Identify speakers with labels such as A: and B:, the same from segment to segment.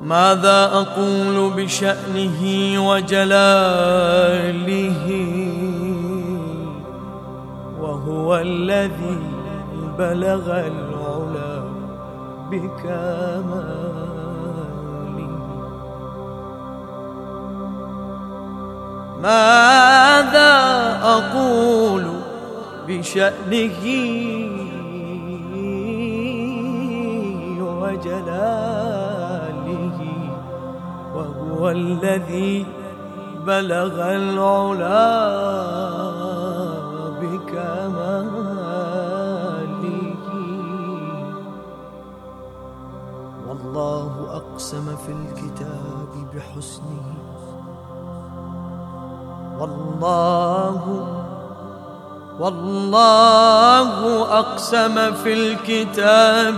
A: ماذا أقول بشأنه وجلاله وهو الذي بلغ العلا بكماله. ماذا أقول بشأنه وجلاله وهو الذي بلغ العلا بكماله. والله أقسم في الكتاب بحسنه، والله أقسم في الكتاب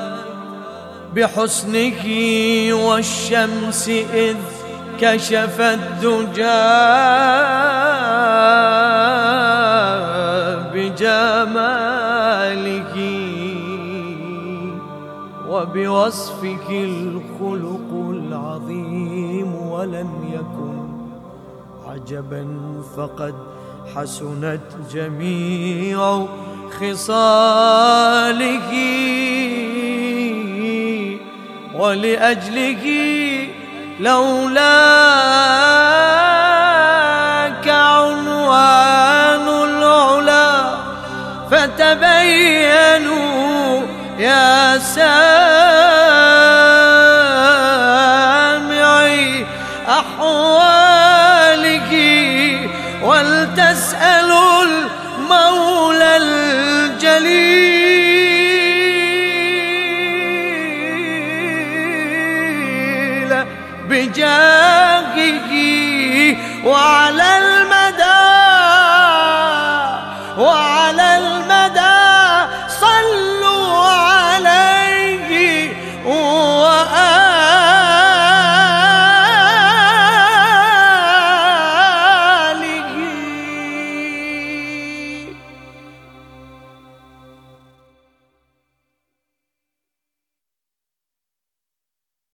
A: بحسنه والشمس إذ كشفت دجى بجماله، وبوصفك الخلق العظيم ولم يكن عجبا فقد حسنت جميع خصاله. ولأجله لولاك عنوان العلا فتبينوا يا سامعي أحواله ولتسألوا المولى الجليل بجاهه وعلى